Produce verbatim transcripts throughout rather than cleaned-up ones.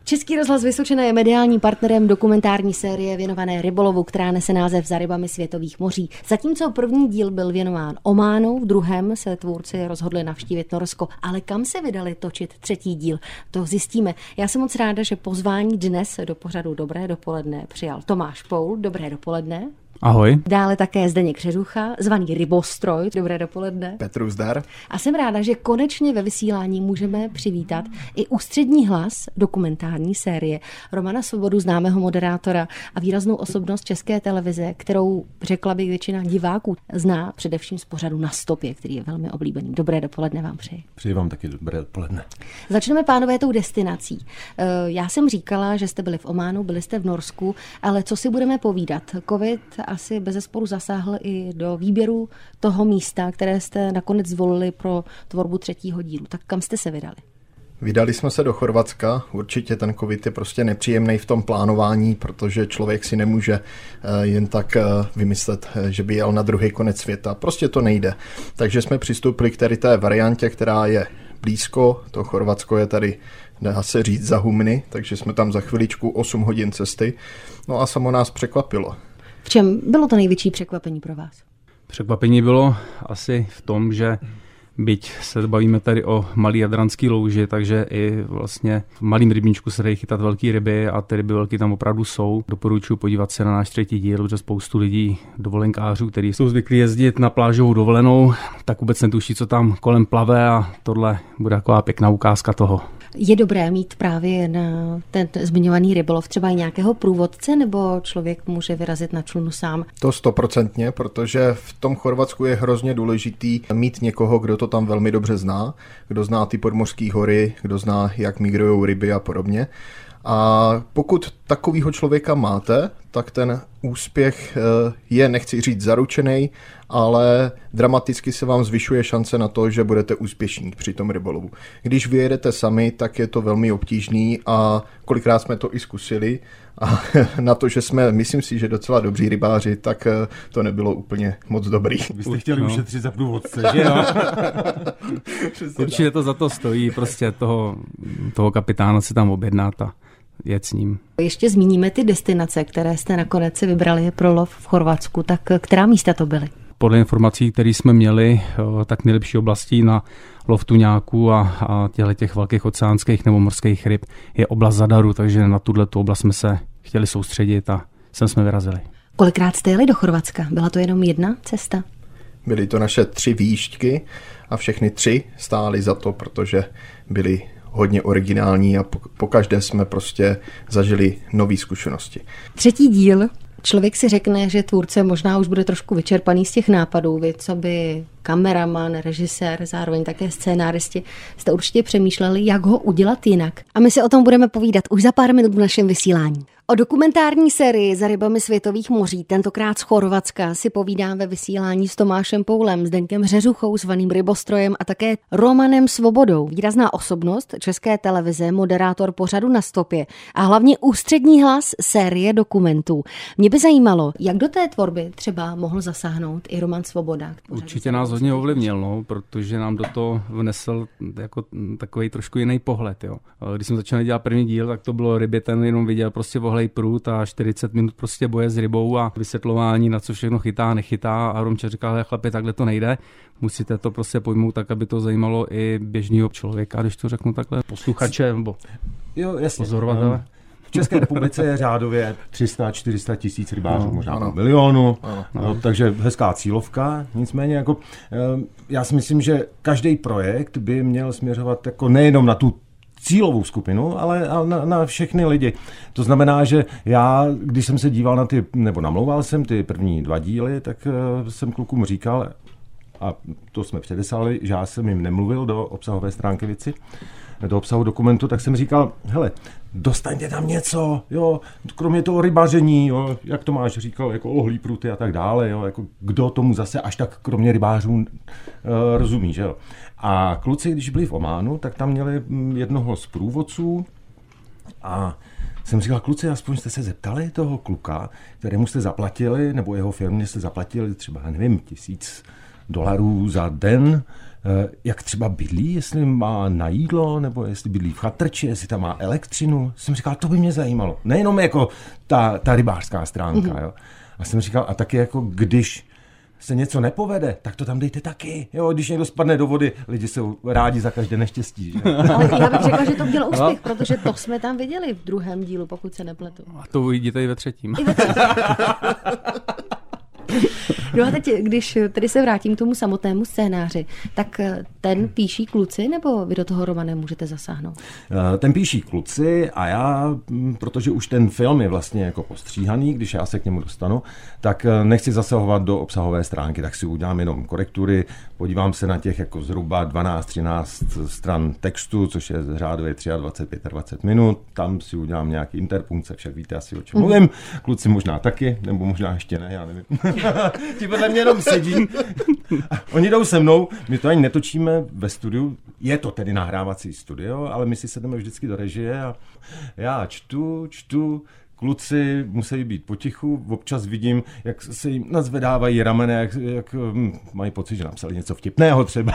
Český rozhlas Vysočina je mediálním partnerem dokumentární série věnované rybolovu, která nese název Za rybami světových moří. Zatímco první díl byl věnován Ománu, v druhém se tvůrci rozhodli navštívit Norsko. Ale kam se vydali točit třetí díl? To zjistíme. Já jsem moc ráda, že pozvání dnes do pořadu Dobré dopoledne přijal Tomáš Poul. Dobré dopoledne. Ahoj. Dále také Zdeněk Řežucha, zvaný Rybostroj. Dobré dopoledne. Petru zdar. A jsem ráda, že konečně ve vysílání můžeme přivítat i ústřední hlas dokumentární série Romana Svobodu, známého moderátora a výraznou osobnost České televize, kterou řekla bych většina diváků zná především z pořadu Na stopě, který je velmi oblíbený. Dobré dopoledne vám přeji. Přeji vám taky dobré dopoledne. Začneme, pánové, tou destinací. Já jsem říkala, že jste byli v Ománu, byli jste v Norsku, ale co si budeme povídat? Covid asi bezesporu zasáhl i do výběru toho místa, které jste nakonec zvolili pro tvorbu třetího dílu. Tak kam jste se vydali? Vydali jsme se do Chorvatska. Určitě ten covid je prostě nepříjemný v tom plánování, protože člověk si nemůže jen tak vymyslet, že by jel na druhý konec světa. Prostě to nejde. Takže jsme přistoupili k tady té variantě, která je blízko. To Chorvatsko je tady, dá se říct, za humny, takže jsme tam za chviličku osm hodin cesty. No a samo nás překvapilo. V čem bylo to největší překvapení pro vás? Překvapení bylo asi v tom, že byť se bavíme tady o malý jadranský louži, takže i vlastně v malým rybníčku se dají chytat velké ryby a ty ryby velké tam opravdu jsou. Doporučuji podívat se na náš třetí díl, protože spoustu lidí, dovolenkářů, kteří jsou zvyklí jezdit na plážovou dovolenou, tak vůbec netuší, co tam kolem plave, a tohle bude taková pěkná ukázka toho. Je dobré mít právě na ten zmiňovaný rybolov třeba i nějakého průvodce, nebo člověk může vyrazit na člunu sám? To stoprocentně, protože v tom Chorvatsku je hrozně důležitý mít někoho, kdo to tam velmi dobře zná, kdo zná ty podmořské hory, kdo zná, jak migrují ryby a podobně. A pokud takovýho člověka máte, tak ten úspěch je, nechci říct zaručený, ale dramaticky se vám zvyšuje šance na to, že budete úspěšní při tom rybolovu. Když vyjedete sami, tak je to velmi obtížný a kolikrát jsme to i zkusili a na to, že jsme, myslím si, že docela dobří rybáři, tak to nebylo úplně moc dobrý. Vy jste chtěli no. ušetřit za průvodce, že jo? Určitě to za to stojí, prostě toho, toho kapitána si tam objednat a jet s ním. Ještě zmíníme ty destinace, které jste nakonec si vybrali pro lov v Chorvatsku, tak která místa to byly? Podle informací, které jsme měli, tak nejlepší oblastí na lov tuňáků a, a těchto těch velkých oceánských nebo morských ryb je oblast Zadaru, takže na tuto oblast jsme se chtěli soustředit a sem jsme vyrazili. Kolikrát jste jeli do Chorvatska? Byla to jenom jedna cesta? Byly to naše tři výjížďky a všechny tři stály za to, protože byly hodně originální a po, po každé jsme prostě zažili nové zkušenosti. Třetí díl. Člověk si řekne, že tvůrce možná už bude trošku vyčerpaný z těch nápadů. Vy, co by kameraman, režisér, zároveň také scénáristi, jste určitě přemýšleli, jak ho udělat jinak. A my si o tom budeme povídat už za pár minut v našem vysílání. O dokumentární sérii Za rybami světových moří, tentokrát z Chorvatska, si povídám ve vysílání s Tomášem Poulem, Zdeňkem Řežuchou, zvaným Rybostrojem a také Romanem Svobodou. Výrazná osobnost České televize, moderátor pořadu Na stopě a hlavně ústřední hlas série dokumentů. Mě by zajímalo, jak do té tvorby třeba mohl zasáhnout i Roman Svoboda. Určitě nás hodně ovlivnil, no, protože nám do toho vnesl jako takový trošku jiný pohled. Jo. Když jsme začali dělat první díl, tak to bylo rybě, ten jenom viděl prostě vohlej prut a čtyřicet minut prostě boje s rybou a vysvětlování, na co všechno chytá, nechytá, a Romča říkal, chlapi, takhle to nejde, musíte to prostě pojmout tak, aby to zajímalo i běžného člověka, když to řeknu takhle, posluchače nebo jo, jasně. pozorovatele. V České republice je řádově tři sta až čtyři sta tisíc rybářů, no, možná no. milionu, no, no, takže hezká cílovka. Nicméně jako, já si myslím, že každý projekt by měl směřovat jako nejenom na tu cílovou skupinu, ale na, na všechny lidi. To znamená, že já, když jsem se díval na ty, nebo namlouval jsem ty první dva díly, tak uh, jsem klukům říkal, a to jsme předeslali, že já jsem jim nemluvil do obsahové stránky věci, do obsahu dokumentu, tak jsem říkal, hele, dostaňte tam něco, jo, kromě toho rybaření, jo, jak Tomáš říkal, jako ohlí pruty a tak dále, jo, jako kdo tomu zase až tak kromě rybářů uh, rozumí, že jo. A kluci, když byli v Ománu, tak tam měli jednoho z průvodců a jsem říkal, kluci, aspoň jste se zeptali toho kluka, kterému jste zaplatili, nebo jeho firmě jste zaplatili třeba, nevím, tisíc dolarů za den, jak třeba bydlí, jestli má na jídlo, nebo jestli bydlí v chatrči, jestli tam má elektřinu. Jsem říkal, to by mě zajímalo. Nejenom jako ta, ta rybářská stránka. Mm-hmm. Jo. A jsem říkal, a taky jako když se něco nepovede, tak to tam dejte taky. Jo, když někdo spadne do vody, lidi jsou rádi za každé neštěstí. Že? Ale já bych řekla, že to mělo úspěch, protože to jsme tam viděli v druhém dílu, pokud se nepletu. A to uvidíte i ve třetím. I ve třetím. No a teď, když tedy se vrátím k tomu samotnému scénáři, tak ten píší kluci, nebo vy do toho, Romane, můžete zasáhnout? Ten píší kluci a já, protože už ten film je vlastně jako postříhaný, když já se k němu dostanu, tak nechci zasahovat do obsahové stránky, tak si udělám jenom korektury, podívám se na těch jako zhruba dvanáct třináct stran textu, což je řádově dvacet tři dvacet pět minut, tam si udělám nějaký interpunkce, však víte asi, o čem mluvím, mm. kluci možná taky, nebo možná ještě ne, já nevím. Ti vedle mě jenom sedí. Oni jdou se mnou, my to ani netočíme ve studiu, je to tedy nahrávací studio, ale my si sedeme vždycky do režie a já čtu, čtu, kluci musí být potichu, občas vidím, jak se jim nazvedávají ramene, jak, jak hm, mají pocit, že napsali něco vtipného třeba.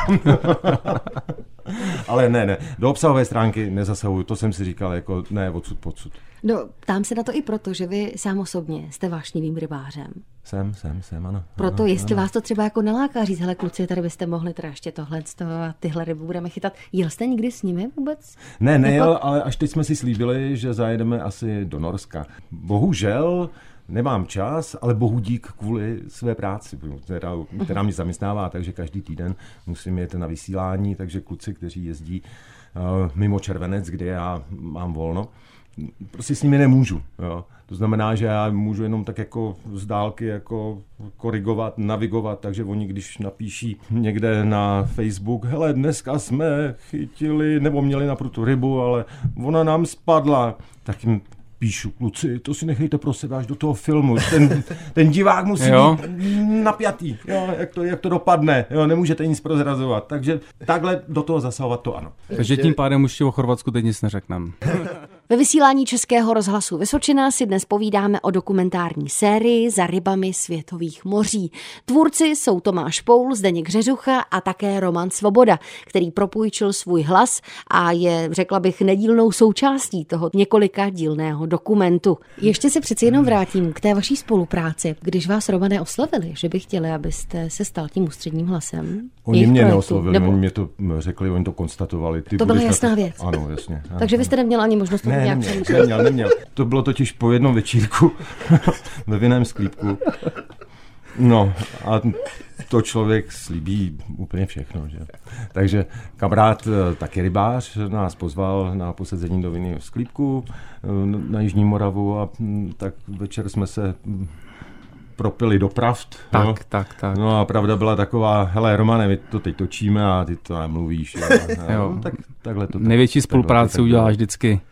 Ale ne, ne, do obsahové stránky nezasahuju, to jsem si říkal, jako ne, odsud pocud. No, ptám se na to i proto, že vy sám osobně jste vášnivým rybářem. Jsem, jsem, jsem, ano. Proto, ano, jestli ano. vás to třeba jako naláká říct, hele kluci, tady byste mohli teda ještě tohle a tyhle ryby budeme chytat. Jel jste nikdy s nimi vůbec? Ne, nejel, jako... ale až teď jsme si slíbili, že zajedeme asi do Norska. Bohužel nemám čas, ale bohu dík kvůli své práci, která, která mě zaměstnává, takže každý týden musím jet na vysílání, takže kluci, kteří jezdí uh, mimo Červenec, kde já mám volno, prostě s nimi nemůžu. Jo. To znamená, že já můžu jenom tak jako z dálky jako korigovat, navigovat, takže oni, když napíší někde na Facebook, hele, dneska jsme chytili, nebo měli naprutu rybu, ale ona nám spadla, tak jim píšu, kluci, to si nechejte pro sebe až do toho filmu. Ten, ten divák musí jo. být napjatý, jo, jak, to, jak to dopadne, jo, nemůžete nic prozrazovat. Takže takhle do toho zasahovat to ano. Takže tím pádem už o Chorvatsku teď nic neřekneme. Ve vysílání Českého rozhlasu Vysočina si dnes povídáme o dokumentární sérii Za rybami světových moří. Tvůrci jsou Tomáš Poul, Zdeněk Řežucha a také Roman Svoboda, který propůjčil svůj hlas a je, řekla bych, nedílnou součástí toho několika dílného dokumentu. Ještě se přeci jenom vrátím k té vaší spolupráci. Když vás, Romane, oslovili, že by chtěli, abyste se stal tím ústředním hlasem? Oni mě neoslovili, nebo... oni mě to řekli, oni to konstatovali. Ty to byla jasná na... věc. Ano, jasně. Ano, Takže vy jste neměl ani možnost to ne, nějak neměl, neměl, neměl. To bylo totiž po jednom večírku ve vinném sklípku. No a to člověk slíbí úplně všechno. Že? Takže kamarád, taky rybář, nás pozval na posezení do vinného sklípku na Jižní Moravu a tak večer jsme se propili do pravd. Tak, no. tak, tak. No a pravda byla taková, hele Romane, my to teď točíme a ty to nemluvíš. Jo. Jo. No, tak, takhle to, největší tak, spolupráci tak, uděláš vždycky.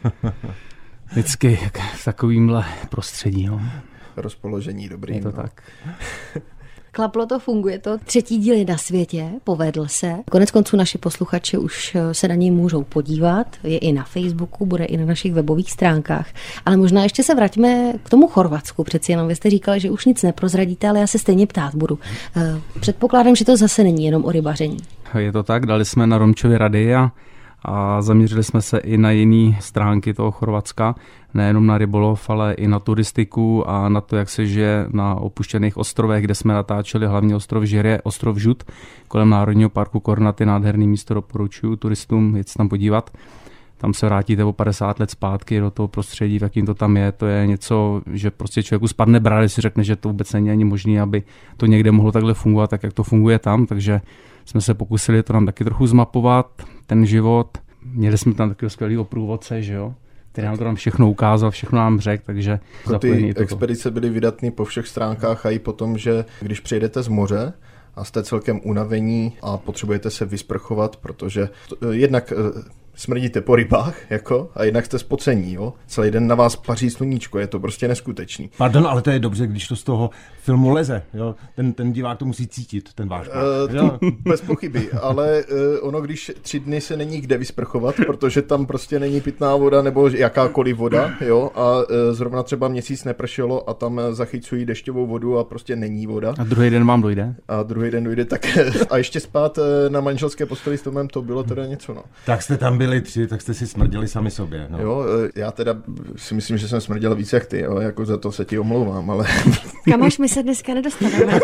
Vždycky v takovýmhle prostředí. Jo. Rozpoložení dobrý. Je to no. tak. Klaplo to, funguje to. Třetí díl je na světě, povedl se. Konec konců naši posluchači už se na něj můžou podívat. Je i na Facebooku, bude i na našich webových stránkách. Ale možná ještě se vraťme k tomu Chorvatsku. Přeci jenom vy jste říkali, že už nic neprozradíte, ale já se stejně ptát budu. Předpokládám, že to zase není jenom o rybaření. Je to tak, dali jsme na Romčově rady a a zaměřili jsme se i na jiné stránky toho Chorvatska, nejenom na rybolov, ale i na turistiku a na to, jak se žije na opuštěných ostrovech, kde jsme natáčeli hlavně ostrov Žirje, ostrov Žut, kolem Národního parku Kornaty, nádherný místo, doporučuji turistům jít se tam podívat. Tam se vrátíte o padesát let zpátky do toho prostředí, v jakým to tam je. To je něco, že prostě člověku spadne brát, když si řekne, že to vůbec není ani možné, aby to někde mohlo takhle fungovat, tak jak to funguje tam. Takže jsme se pokusili to nám taky trochu zmapovat, ten život. Měli jsme tam takového skvělého průvodce, že jo? Který nám to tam všechno ukázal, všechno nám řekl, takže ty expedice byly vydatné po všech stránkách a i potom, že když přijedete z moře a jste celkem unavení a potřebujete se vysprchovat, protože to, jednak smrdíte po rybách, jako, a jednak jste spocení, jo. Celý den na vás paří sluníčko, je to prostě neskutečný. Pardon, ale to je dobře, když to z toho filmu leze, jo. Ten, ten divák to musí cítit, ten váš. Uh, bez pochyby, ale uh, ono, když tři dny se není kde vysprchovat, protože tam prostě není pitná voda nebo jakákoliv voda, jo, a uh, zrovna třeba měsíc nepršelo a tam zachycují dešťovou vodu a prostě není voda. A druhý den vám dojde? A druhý den dojde, tak a ještě spát na manželské posteli s Tomem, to bylo teda něco, no. Tak jste tam byli tři, tak jste si smrděli sami sobě, no. Jo, já teda si myslím, že jsem smrděl víc jak ty, jo, jako za to se ti omlouvám, ale... Kam až my se dneska nedostaneme.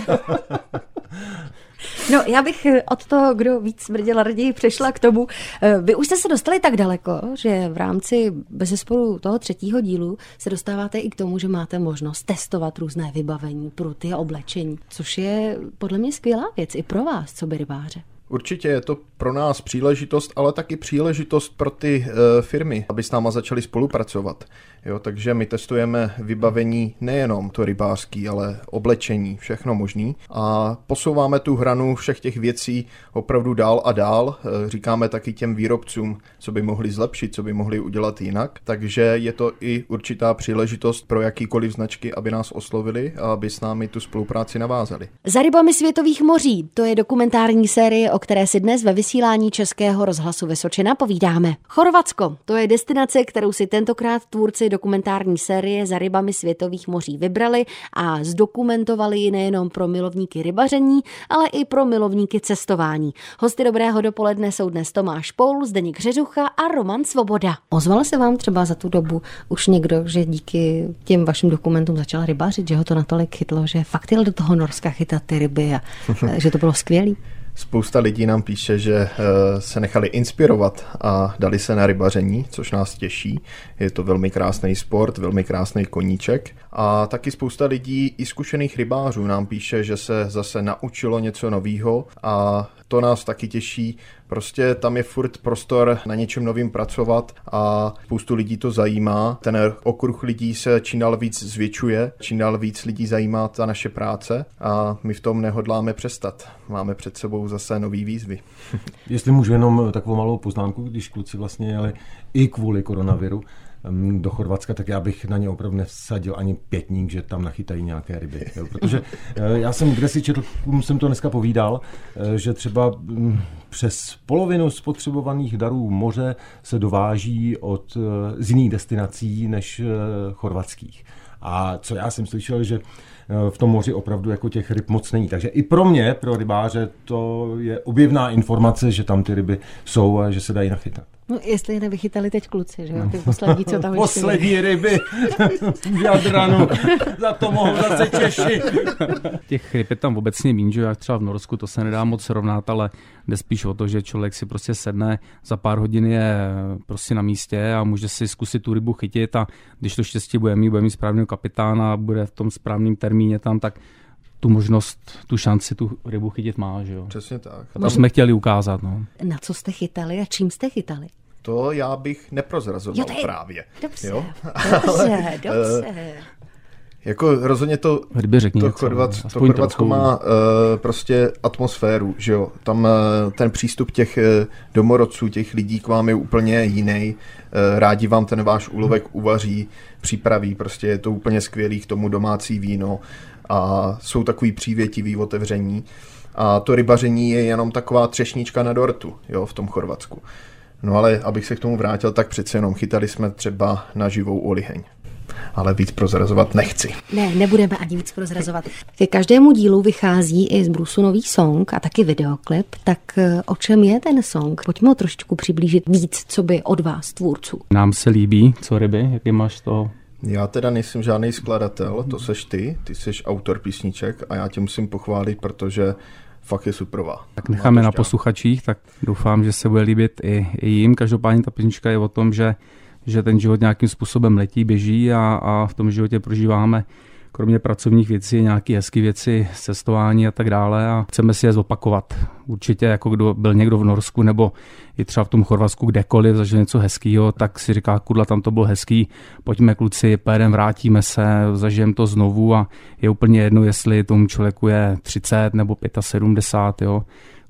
No, já bych od toho, kdo víc smrděl, raději přešla k tomu. Vy už jste se dostali tak daleko, že v rámci bezesporu toho třetího dílu se dostáváte i k tomu, že máte možnost testovat různé vybavení, pruty a oblečení, což je podle mě skvělá věc i pro vás, co by rybáře. Určitě je to pro nás příležitost, ale taky příležitost pro ty e, firmy, aby s náma začaly spolupracovat. Jo, takže my testujeme vybavení nejenom to rybářský, ale oblečení, všechno možný. A posouváme tu hranu všech těch věcí opravdu dál a dál. E, říkáme taky těm výrobcům, co by mohli zlepšit, co by mohli udělat jinak. Takže je to i určitá příležitost pro jakýkoliv značky, aby nás oslovili a aby s námi tu spolupráci navázali. Za rybami světových moří, to je dokumentární série, o které si dnes ve vysílání Českého rozhlasu Vysočina povídáme. Chorvatsko, to je destinace, kterou si tentokrát tvůrci dokumentární série Za rybami světových moří vybrali a zdokumentovali ji nejenom pro milovníky rybaření, ale i pro milovníky cestování. Hosty Dobrého dopoledne jsou dnes Tomáš Poul, Zdeněk Řežucha a Roman Svoboda. Ozval se vám třeba za tu dobu už někdo, že díky těm vašim dokumentům začal rybařit, že ho to natolik chytlo, že fakt jel do toho Norska chytat ty ryby a že to bylo skvělý? Spousta lidí nám píše, že se nechali inspirovat a dali se na rybaření, což nás těší. Je to velmi krásný sport, velmi krásný koníček. A taky spousta lidí, i zkušených rybářů, nám píše, že se zase naučilo něco novýho a to nás taky těší. Prostě tam je furt prostor na něčem novým pracovat a spoustu lidí to zajímá. Ten okruh lidí se čím dál víc zvětšuje, čím dál víc lidí zajímá ta naše práce a my v tom nehodláme přestat. Máme před sebou zase nový výzvy. Jestli můžu jenom takovou malou poznámku, když kluci vlastně jeli i kvůli koronaviru do Chorvatska, tak já bych na ně opravdu nevsadil ani pětník, že tam nachytají nějaké ryby. Jo? Protože já jsem kde si četl, jsem to dneska povídal, že třeba přes polovinu spotřebovaných darů moře se dováží od, z jiných destinací než chorvatských. A co já jsem slyšel, že v tom moři opravdu jako těch ryb moc není. Takže i pro mě, pro rybáře, to je objevná informace, že tam ty ryby jsou a že se dají nachytat. No, jestli je nevychytali teď kluci, že jo? Ty poslední, co tam poslední ryby v Jadranu. Za to mohou zase Češi. Těch ryb je tam obecně míň, že jak třeba v Norsku, to se nedá moc srovnat, ale jde spíš o to, že člověk si prostě sedne, za pár hodin je prostě na místě a může si zkusit tu rybu chytit a když to štěstí bude mít, bude mít správného kapitána a bude v tom správném termíně tam, tak tu možnost, tu šanci tu rybu chytit má, že jo. Přesně tak. A to tam jsme chtěli ukázat, no. Na co jste chytali a čím jste chytali? To já bych neprozrazoval jo, je... právě. Dobře, jo? dobře, dobře. Jako rozhodně to, řekni to, něco, Chorvat, to Chorvatsko má uh, prostě atmosféru, že jo. Tam uh, ten přístup těch uh, domorodců, těch lidí k vám je úplně jiný. Uh, rádi vám ten váš úlovek uvaří, připraví, prostě je to úplně skvělý, k tomu domácí víno a jsou takový přívětiví, otevření. A to rybaření je jenom taková třešnička na dortu, jo, v tom Chorvatsku. No ale abych se k tomu vrátil, tak přece jenom chytali jsme třeba na živou oliheň. Ale víc prozrazovat nechci. Ne, nebudeme ani víc prozrazovat. Ke každému dílu vychází i z Brusu nový song a taky videoklip, tak o čem je ten song? Pojďme ho trošičku přiblížit víc, co by od vás, tvůrců. Nám se líbí, co ryby, jaký máš to? Já teda nejsem žádný skladatel, to seš ty, ty seš autor písniček a já tě musím pochválit, protože fakt je superová. Tak necháme na posluchačích, tak doufám, že se bude líbit i, i jim. Každopádně ta písnička je o tom, že, že ten život nějakým způsobem letí, běží a, a v tom životě prožíváme kromě pracovních věcí nějaké hezké věci, cestování a tak dále a chceme si je zopakovat. Určitě jako kdo byl někdo v Norsku nebo i třeba v tom Chorvatsku kdekoliv zažil něco hezkého, tak si říká, kudla, tam to bylo hezký, pojďme kluci, pojedeme, vrátíme se, zažijeme to znovu a je úplně jedno, jestli tomu člověku je třicet nebo sedmdesát pět, jo.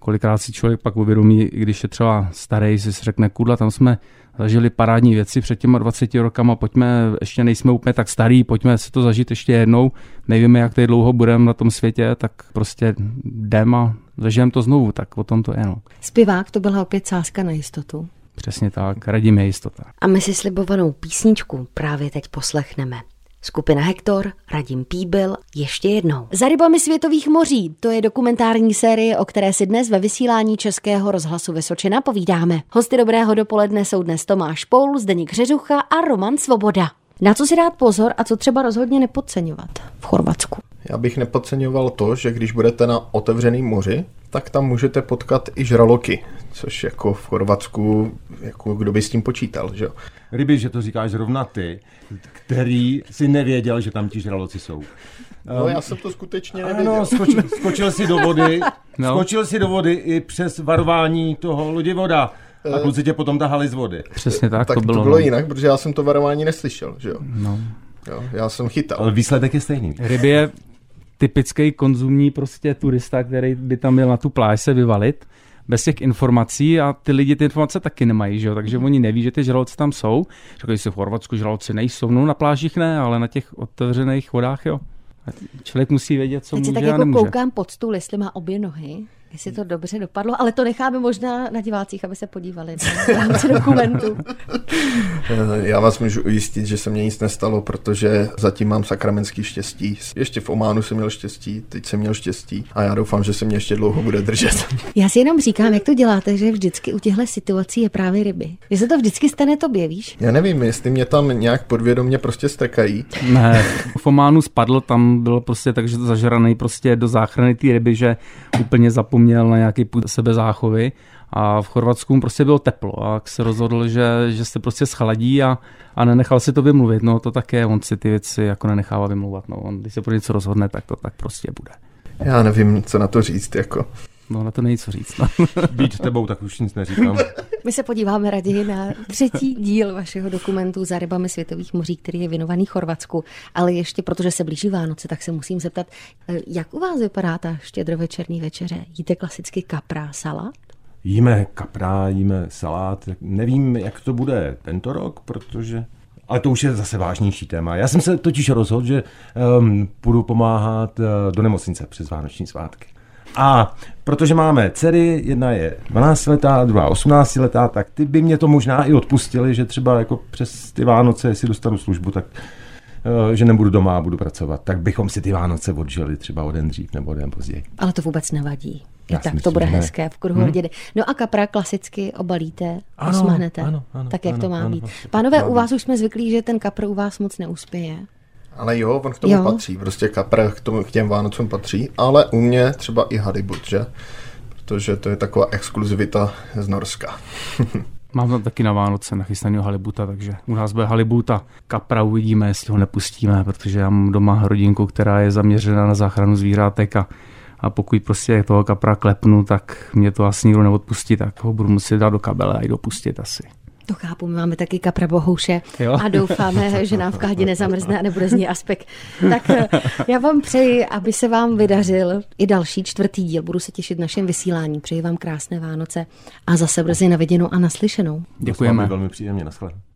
kolikrát si člověk pak uvědomí, když je třeba starý, si řekne, kudla, tam jsme zažili parádní věci před těma dvaceti rokama, pojďme, ještě nejsme úplně tak starý, pojďme si to zažít ještě jednou, nevíme, jak tady dlouho budeme na tom světě, tak prostě jdem a zažijeme to znovu, tak o tom to je. No. Zpěvák, to byla opět sázka na jistotu. Přesně tak, Radim je jistota. A my si slibovanou písničku právě teď poslechneme. Skupina Hektor, Radim Píbil, ještě jednou. Za rybami světových moří, to je dokumentární série, o které si dnes ve vysílání Českého rozhlasu Vysočina povídáme. Hosty dobrého dopoledne jsou dnes Tomáš Poul, Zdeněk Řežucha a Roman Svoboda. Na co si dát pozor a co třeba rozhodně nepodceňovat v Chorvatsku? Já bych nepodceňoval to, že když budete na otevřeném moři, tak tam můžete potkat i žraloky, což jako v Chorvatsku, jako kdo by s tím počítal, že jo? Ryby, že to říkáš zrovna ty, který si nevěděl, že tam ti žraloci jsou. No, já jsem to skutečně nevěděl. Ano, skočil, skočil si do vody, no. skočil si do vody i přes varování toho lodivoda. A kluci tě potom tahali z vody. Přesně tak, tak to bylo. to bylo jinak, protože já jsem to varování neslyšel, že jo? No. Jo, já jsem chytal. Ale výsledek je stejný. Ryby je typický konzumní prostě turista, který by tam měl na tu pláž se vyvalit bez těch informací a ty lidi ty informace taky nemají, že jo? Takže oni neví, že ty žraloci tam jsou. Řekli si v Chorvatsku žraloci nejsou, no na plážích ne, ale na těch otevřených vodách jo. A člověk musí vědět, co Teď může tak a jako nemůže. koukám pod stůl, jestli má obě nohy, jestli to dobře dopadlo, ale to necháme možná na divácích, aby se podívali v rámci dokumentu. Já vás můžu ujistit, že se mně nic nestalo, protože zatím mám sakramentský štěstí. Ještě v Ománu jsem měl štěstí, teď jsem měl štěstí a já doufám, že se mě ještě dlouho bude držet. Já si jenom říkám, jak to děláte, že vždycky u těchto situací je právě ryby. Že se to vždycky stane tobě, víš? Já nevím, jestli mě tam nějak podvědomě prostě strkají. Ne, v Ománu spadl, tam bylo prostě tak, že to zažraný prostě do záchrany té ryby, že úplně zapomněl na nějaký půd sebezáchovy a v Chorvatsku prostě bylo teplo a se rozhodl, že, že se prostě schladí a, a nenechal si to vymluvit. No to také, on si ty věci jako nenechává vymluvat. No, on, když se pro něco rozhodne, tak to tak prostě bude. Já nevím, co na to říct, jako. No na to není co říct. No. Být tebou, tak už nic neříkám. My se podíváme raději na třetí díl vašeho dokumentu Za rybami světových moří, který je věnovaný Chorvatsku. Ale ještě, protože se blíží Vánoce, tak se musím zeptat, jak u vás vypadá ta štědrovečerní večeře? Jíte klasicky kapra, salát? Jíme kapra, jíme salát. Nevím, jak to bude tento rok, protože... Ale to už je zase vážnější téma. Já jsem se totiž rozhodl, že um, půjdu pomáhat uh, do nemocnice přes vánoční svátky. A protože máme dcery, jedna je dvanáctiletá, druhá osmnáctiletá, tak ty by mě to možná i odpustili, že třeba jako přes ty Vánoce, jestli dostanu službu, tak že nebudu doma a budu pracovat, tak bychom si ty Vánoce odžili třeba o den dřív nebo o den později. Ale to vůbec nevadí. Já tak myslím, to bude ne. hezké v kruhu hmm. rodiny. No a kapra klasicky obalíte, ano, osmahnete, ano, ano, tak jak ano, to má ano, být. ano, Pánové, ano. u vás už jsme zvyklí, že ten kapr u vás moc neuspěje. Ale jo, on k tomu jo. patří, prostě kapra k, tomu, k těm Vánocům patří, ale u mě třeba i halibut, že? Protože to je taková exkluzivita z Norska. Mám tam taky na Vánoce nachystaného halibuta, takže u nás bude halibut a kapra uvidíme, jestli ho nepustíme, protože já mám doma rodinku, která je zaměřena na záchranu zvířátek a, a pokud prostě toho kapra klepnu, tak mě to asi nikdo neodpustí, tak ho budu muset dát do kabele a i dopustit asi. To chápu, my máme taky kapra bohouše jo? a doufáme, že nám v kádě nezamrzne a nebude z ní aspekt. Tak já vám přeji, aby se vám vydařil i další čtvrtý díl. Budu se těšit v našem vysílání. Přeji vám krásné Vánoce a zase brzy na viděnou a naslyšenou. Děkujeme. Velmi příjemně, naschle.